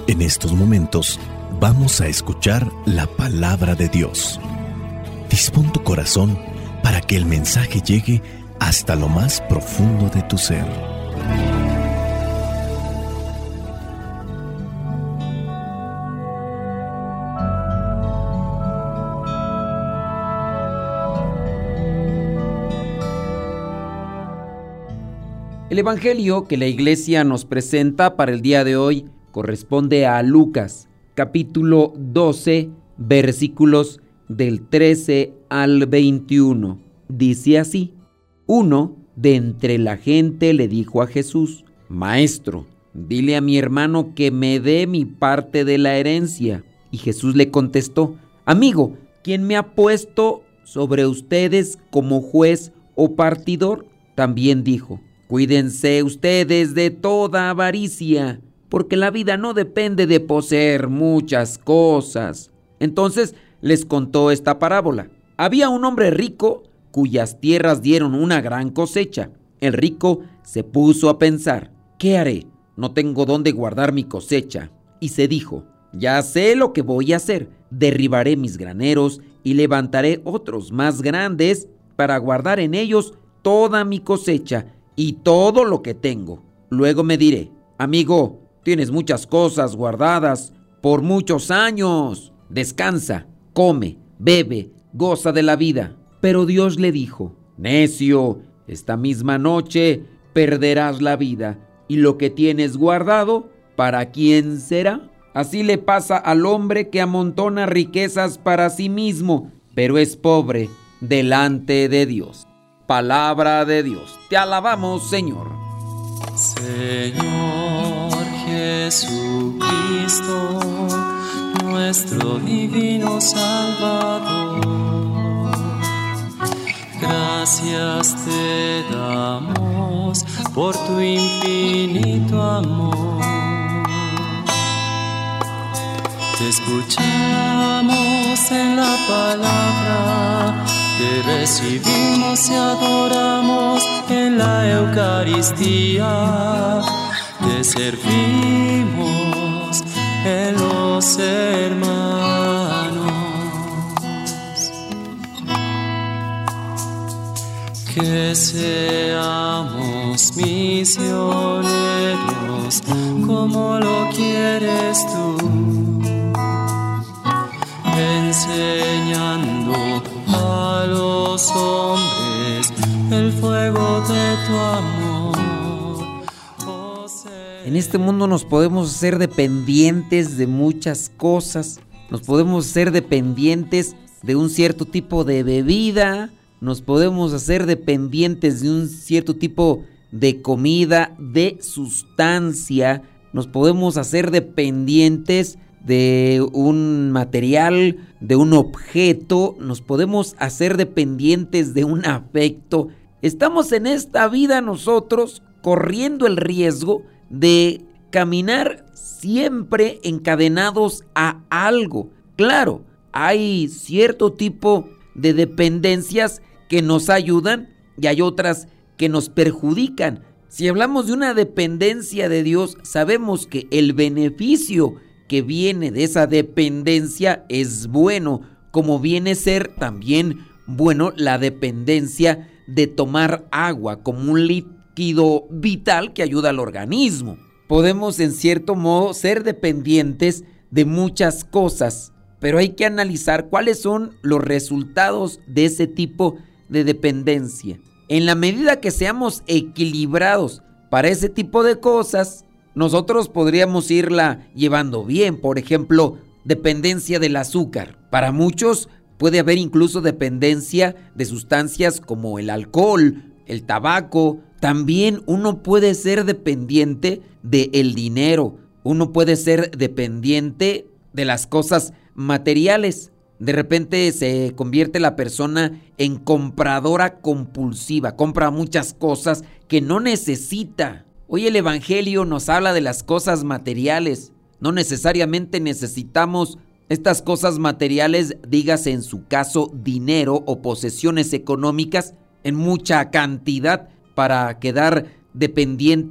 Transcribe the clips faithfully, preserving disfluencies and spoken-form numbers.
En estos momentos vamos a escuchar la palabra de Dios. Dispón tu corazón para que el mensaje llegue hasta lo más profundo de tu ser. El Evangelio que la Iglesia nos presenta para el día de hoy corresponde a Lucas, capítulo doce, versículos del trece al veintiuno. Dice así: Uno de entre la gente le dijo a Jesús: Maestro, dile a mi hermano que me dé mi parte de la herencia. Y Jesús le contestó: Amigo, ¿quién me ha puesto sobre ustedes como juez o partidor? También dijo: Cuídense ustedes de toda avaricia, porque la vida no depende de poseer muchas cosas. Entonces les contó esta parábola. Había un hombre rico cuyas tierras dieron una gran cosecha. El rico se puso a pensar: ¿qué haré? No tengo dónde guardar mi cosecha. Y se dijo: ya sé lo que voy a hacer. Derribaré mis graneros y levantaré otros más grandes para guardar en ellos toda mi cosecha y todo lo que tengo. Luego me diré: amigo, tienes muchas cosas guardadas por muchos años. Descansa, come, bebe, goza de la vida. Pero Dios le dijo: necio, esta misma noche perderás la vida, y lo que tienes guardado, ¿para quién será? Así le pasa al hombre que amontona riquezas para sí mismo, pero es pobre delante de Dios. Palabra de Dios. Te alabamos, Señor. Señor Jesucristo, nuestro divino Salvador, gracias te damos por tu infinito amor. Te escuchamos en la palabra, te recibimos y adoramos en la Eucaristía, te servimos en los hermanos. Que seamos misioneros como lo quieres tú, enseñando a los hombres el fuego de tu amor. Oh, en este mundo nos podemos hacer dependientes de muchas cosas. Nos podemos hacer dependientes de un cierto tipo de bebida. Nos podemos hacer dependientes de un cierto tipo de comida, de sustancia. Nos podemos hacer dependientes de un material, de un objeto. Nos podemos hacer dependientes de un afecto. Estamos en esta vida nosotros corriendo el riesgo de caminar siempre encadenados a algo. Claro, hay cierto tipo de dependencias que nos ayudan y hay otras que nos perjudican. Si hablamos de una dependencia de Dios, sabemos que el beneficio que viene de esa dependencia es bueno, como viene a ser también bueno la dependencia de tomar agua como un líquido vital que ayuda al organismo. Podemos en cierto modo ser dependientes de muchas cosas, pero hay que analizar cuáles son los resultados de ese tipo de dependencia. En la medida que seamos equilibrados para ese tipo de cosas, nosotros podríamos irla llevando bien. Por ejemplo, dependencia del azúcar. Para muchos puede haber incluso dependencia de sustancias como el alcohol, el tabaco. También uno puede ser dependiente del dinero. Uno puede ser dependiente de las cosas materiales. De repente se convierte la persona en compradora compulsiva. Compra muchas cosas que no necesita. Hoy el Evangelio nos habla de las cosas materiales. No necesariamente necesitamos estas cosas materiales, dígase en su caso dinero o posesiones económicas en mucha cantidad para quedar dependientes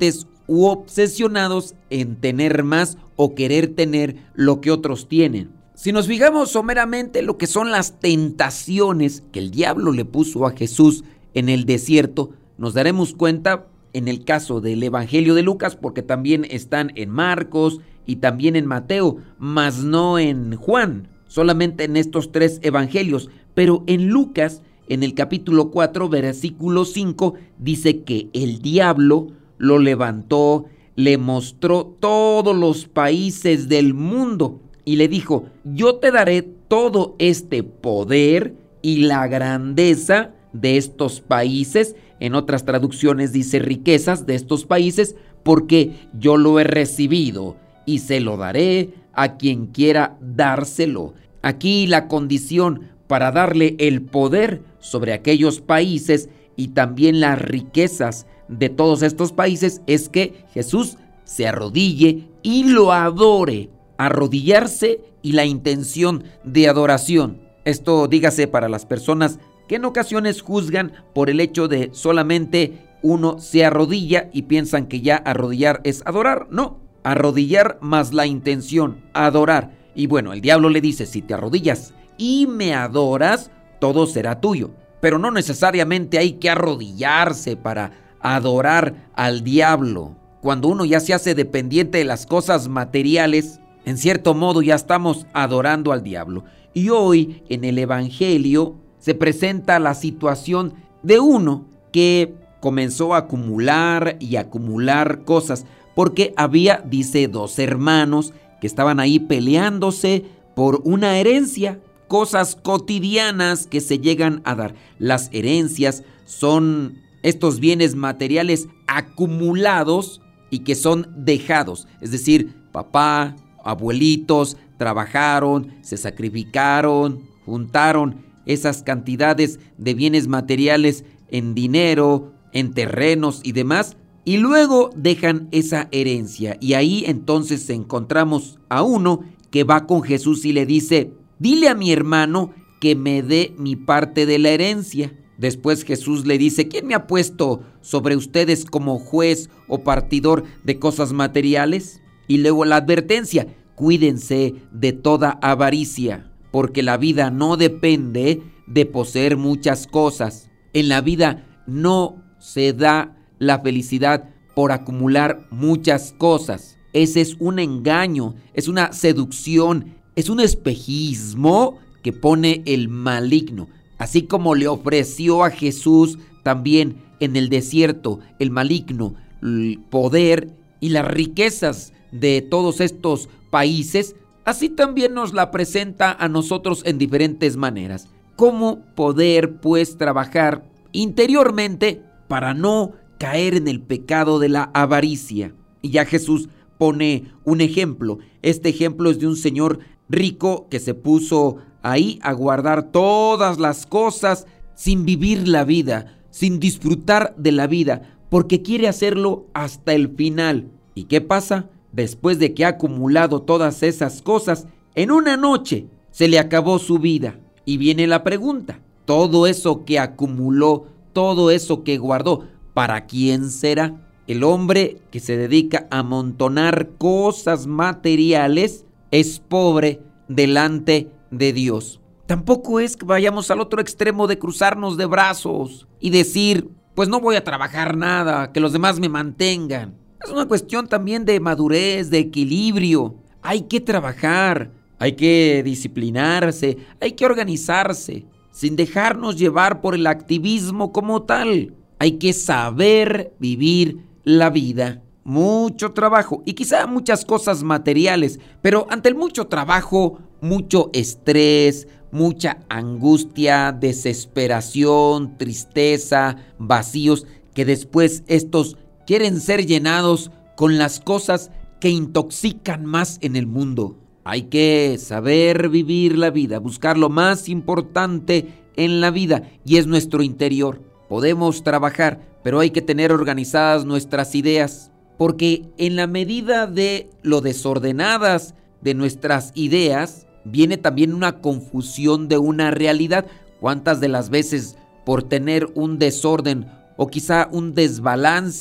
u obsesionados en tener más o querer tener lo que otros tienen. Si nos fijamos someramente lo que son las tentaciones que el diablo le puso a Jesús en el desierto, nos daremos cuenta en el caso del Evangelio de Lucas, porque también están en Marcos y también en Mateo, mas no en Juan, solamente en estos tres evangelios. Pero en Lucas, en el capítulo cuatro, versículo cinco, dice que el diablo lo levantó, le mostró todos los países del mundo y le dijo: yo te daré todo este poder y la grandeza de estos países. En otras traducciones dice riquezas de estos países, porque yo lo he recibido y se lo daré a quien quiera dárselo. Aquí la condición para darle el poder sobre aquellos países y también las riquezas de todos estos países es que Jesús se arrodille y lo adore. Arrodillarse y la intención de adoración. Esto dígase para las personas que en ocasiones juzgan por el hecho de solamente uno se arrodilla y piensan que ya arrodillar es adorar. No, arrodillar más la intención, adorar. Y bueno, el diablo le dice: si te arrodillas y me adoras, todo será tuyo. Pero no necesariamente hay que arrodillarse para adorar al diablo. Cuando uno ya se hace dependiente de las cosas materiales, en cierto modo ya estamos adorando al diablo. Y hoy en el Evangelio se presenta la situación de uno que comenzó a acumular y acumular cosas, porque había, dice, dos hermanos que estaban ahí peleándose por una herencia, cosas cotidianas que se llegan a dar. Las herencias son estos bienes materiales acumulados y que son dejados, es decir, papá, abuelitos trabajaron, se sacrificaron, juntaron esas cantidades de bienes materiales en dinero, en terrenos y demás, y luego dejan esa herencia. Y ahí entonces encontramos a uno que va con Jesús y le dice: dile a mi hermano que me dé mi parte de la herencia. Después Jesús le dice: ¿quién me ha puesto sobre ustedes como juez o partidor de cosas materiales? Y luego la advertencia: cuídense de toda avaricia, porque la vida no depende de poseer muchas cosas. En la vida no se da la felicidad por acumular muchas cosas. Ese es un engaño, es una seducción, es un espejismo que pone el maligno. Así como le ofreció a Jesús también en el desierto el maligno, el poder y las riquezas de todos estos países, así también nos la presenta a nosotros en diferentes maneras. ¿Cómo poder, pues, trabajar interiormente para no caer en el pecado de la avaricia? Y ya Jesús pone un ejemplo. Este ejemplo es de un señor rico que se puso ahí a guardar todas las cosas sin vivir la vida, sin disfrutar de la vida, porque quiere hacerlo hasta el final. ¿Y qué pasa? Después de que ha acumulado todas esas cosas, en una noche se le acabó su vida. Y viene la pregunta: todo eso que acumuló, todo eso que guardó, ¿para quién será? El hombre que se dedica a amontonar cosas materiales es pobre delante de Dios. Tampoco es que vayamos al otro extremo de cruzarnos de brazos y decir: pues no voy a trabajar nada, que los demás me mantengan. Es una cuestión también de madurez, de equilibrio. Hay que trabajar, hay que disciplinarse, hay que organizarse, sin dejarnos llevar por el activismo como tal. Hay que saber vivir la vida. Mucho trabajo y quizá muchas cosas materiales, pero ante el mucho trabajo, mucho estrés, mucha angustia, desesperación, tristeza, vacíos, que después estos quieren ser llenados con las cosas que intoxican más en el mundo. Hay que saber vivir la vida, buscar lo más importante en la vida, y es nuestro interior. Podemos trabajar, pero hay que tener organizadas nuestras ideas, porque en la medida de lo desordenadas de nuestras ideas, viene también una confusión de una realidad. ¿Cuántas de las veces por tener un desorden o quizá un desbalance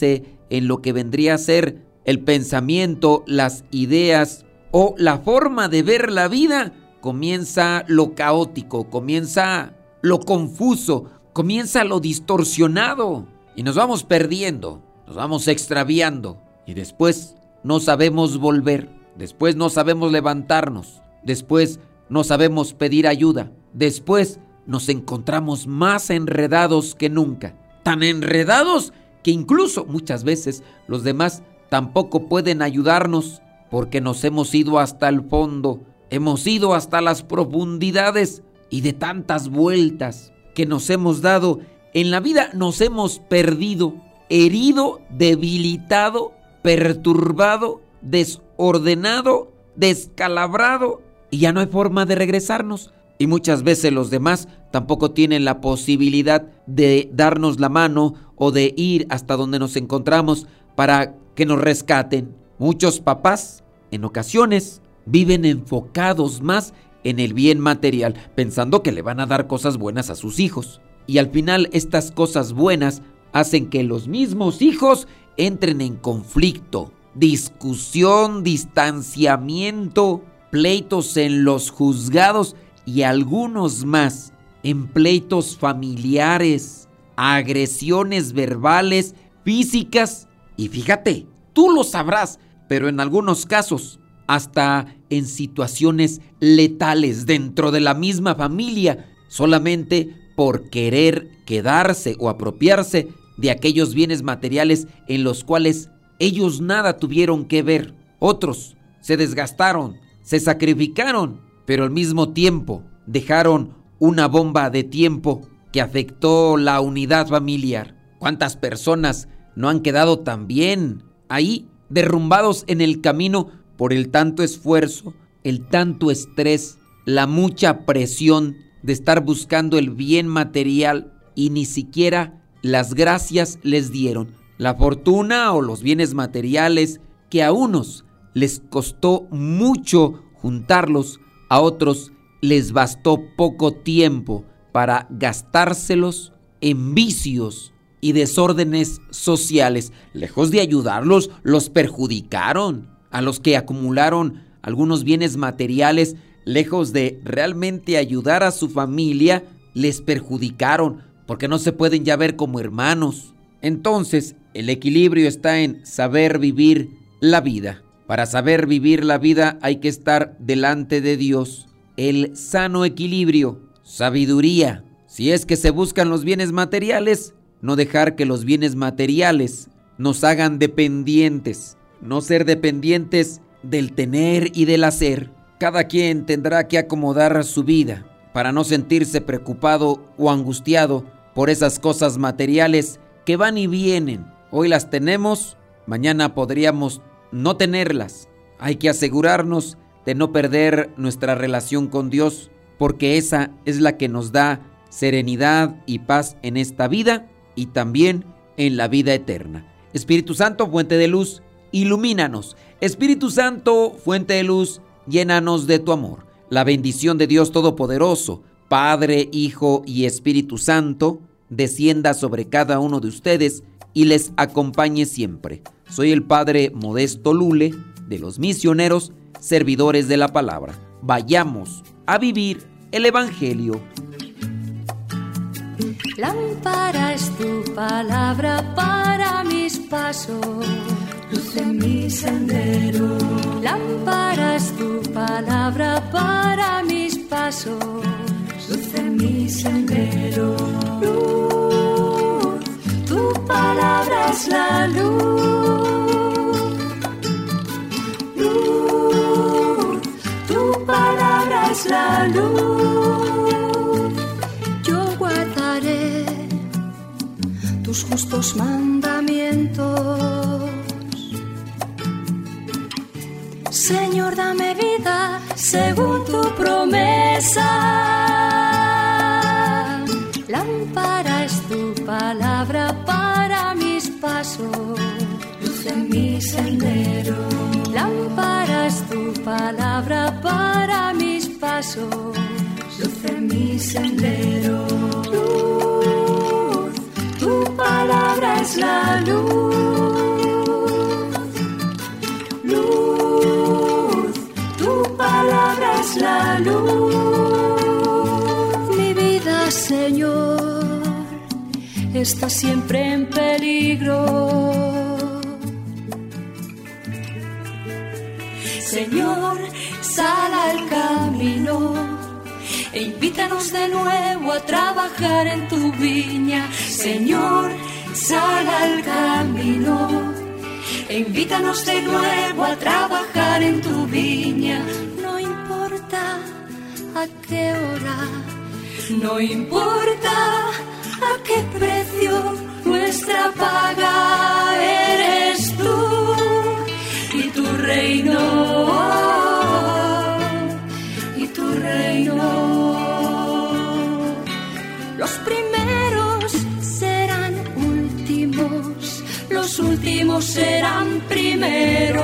en lo que vendría a ser el pensamiento, las ideas o la forma de ver la vida, comienza lo caótico, comienza lo confuso, comienza lo distorsionado y nos vamos perdiendo, nos vamos extraviando y después no sabemos volver, después no sabemos levantarnos, después no sabemos pedir ayuda, después nos encontramos más enredados que nunca, tan enredados que incluso muchas veces los demás tampoco pueden ayudarnos porque nos hemos ido hasta el fondo, hemos ido hasta las profundidades y de tantas vueltas que nos hemos dado en la vida nos hemos perdido, herido, debilitado, perturbado, desordenado, descalabrado y ya no hay forma de regresarnos. Y muchas veces los demás tampoco tienen la posibilidad de darnos la mano o de ir hasta donde nos encontramos para que nos rescaten. Muchos papás, en ocasiones, viven enfocados más en el bien material, pensando que le van a dar cosas buenas a sus hijos. Y al final estas cosas buenas hacen que los mismos hijos entren en conflicto, discusión, distanciamiento, pleitos en los juzgados y algunos más en pleitos familiares, agresiones verbales, físicas y fíjate, tú lo sabrás, pero en algunos casos hasta en situaciones letales dentro de la misma familia, solamente por querer quedarse o apropiarse de aquellos bienes materiales en los cuales ellos nada tuvieron que ver. Otros se desgastaron, se sacrificaron, pero al mismo tiempo dejaron una bomba de tiempo que afectó la unidad familiar. ¿Cuántas personas no han quedado también ahí, derrumbados en el camino por el tanto esfuerzo, el tanto estrés, la mucha presión de estar buscando el bien material y ni siquiera las gracias les dieron? La fortuna o los bienes materiales que a unos les costó mucho juntarlos, a otros les bastó poco tiempo para gastárselos en vicios y desórdenes sociales. Lejos de ayudarlos, los perjudicaron. A los que acumularon algunos bienes materiales, lejos de realmente ayudar a su familia, les perjudicaron, porque no se pueden ya ver como hermanos. Entonces, el equilibrio está en saber vivir la vida. Para saber vivir la vida hay que estar delante de Dios. El sano equilibrio, sabiduría. Si es que se buscan los bienes materiales, no dejar que los bienes materiales nos hagan dependientes. No ser dependientes del tener y del hacer. Cada quien tendrá que acomodar su vida para no sentirse preocupado o angustiado por esas cosas materiales que van y vienen. Hoy las tenemos, mañana podríamos no tenerlas. Hay que asegurarnos de no perder nuestra relación con Dios, porque esa es la que nos da serenidad y paz en esta vida y también en la vida eterna. Espíritu Santo, fuente de luz, ilumínanos. Espíritu Santo, fuente de luz, llénanos de tu amor. La bendición de Dios Todopoderoso, Padre, Hijo y Espíritu Santo, descienda sobre cada uno de ustedes y les acompañe siempre. Soy el Padre Modesto Lule, de los misioneros, servidores de la palabra. Vayamos a vivir el Evangelio. Lámpara es tu palabra para mis pasos, luz en mi sendero. Lámpara es tu palabra para mis pasos, luz en mi sendero. Luz, tu palabra es la luz. Luz, tu palabra es la luz. Yo guardaré tus justos mandamientos. Señor, dame vida según tu promesa. Lámpara es tu palabra para mis pasos, luz en mi sendero. Lámpara es tu palabra para mis pasos, luz en mi sendero. Luz, tu palabra es la luz. eres la luz. Mi vida, Señor, está siempre en peligro. Señor, sal al camino e invítanos de nuevo a trabajar en tu viña. Señor, sal al camino e invítanos de nuevo a trabajar en tu viña. No importa a qué hora, no importa a qué precio, nuestra paga eres tú y tu reino, y tu reino. Los primeros serán últimos, los últimos serán primeros.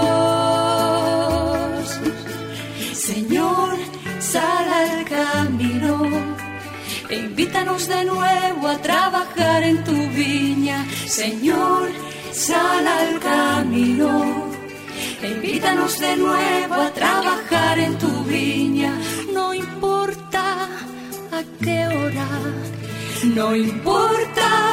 Señor, sal al camino e invítanos de nuevo a trabajar en tu viña. Señor, sal al camino e invítanos de nuevo a trabajar en tu viña. No importa a qué hora, no importa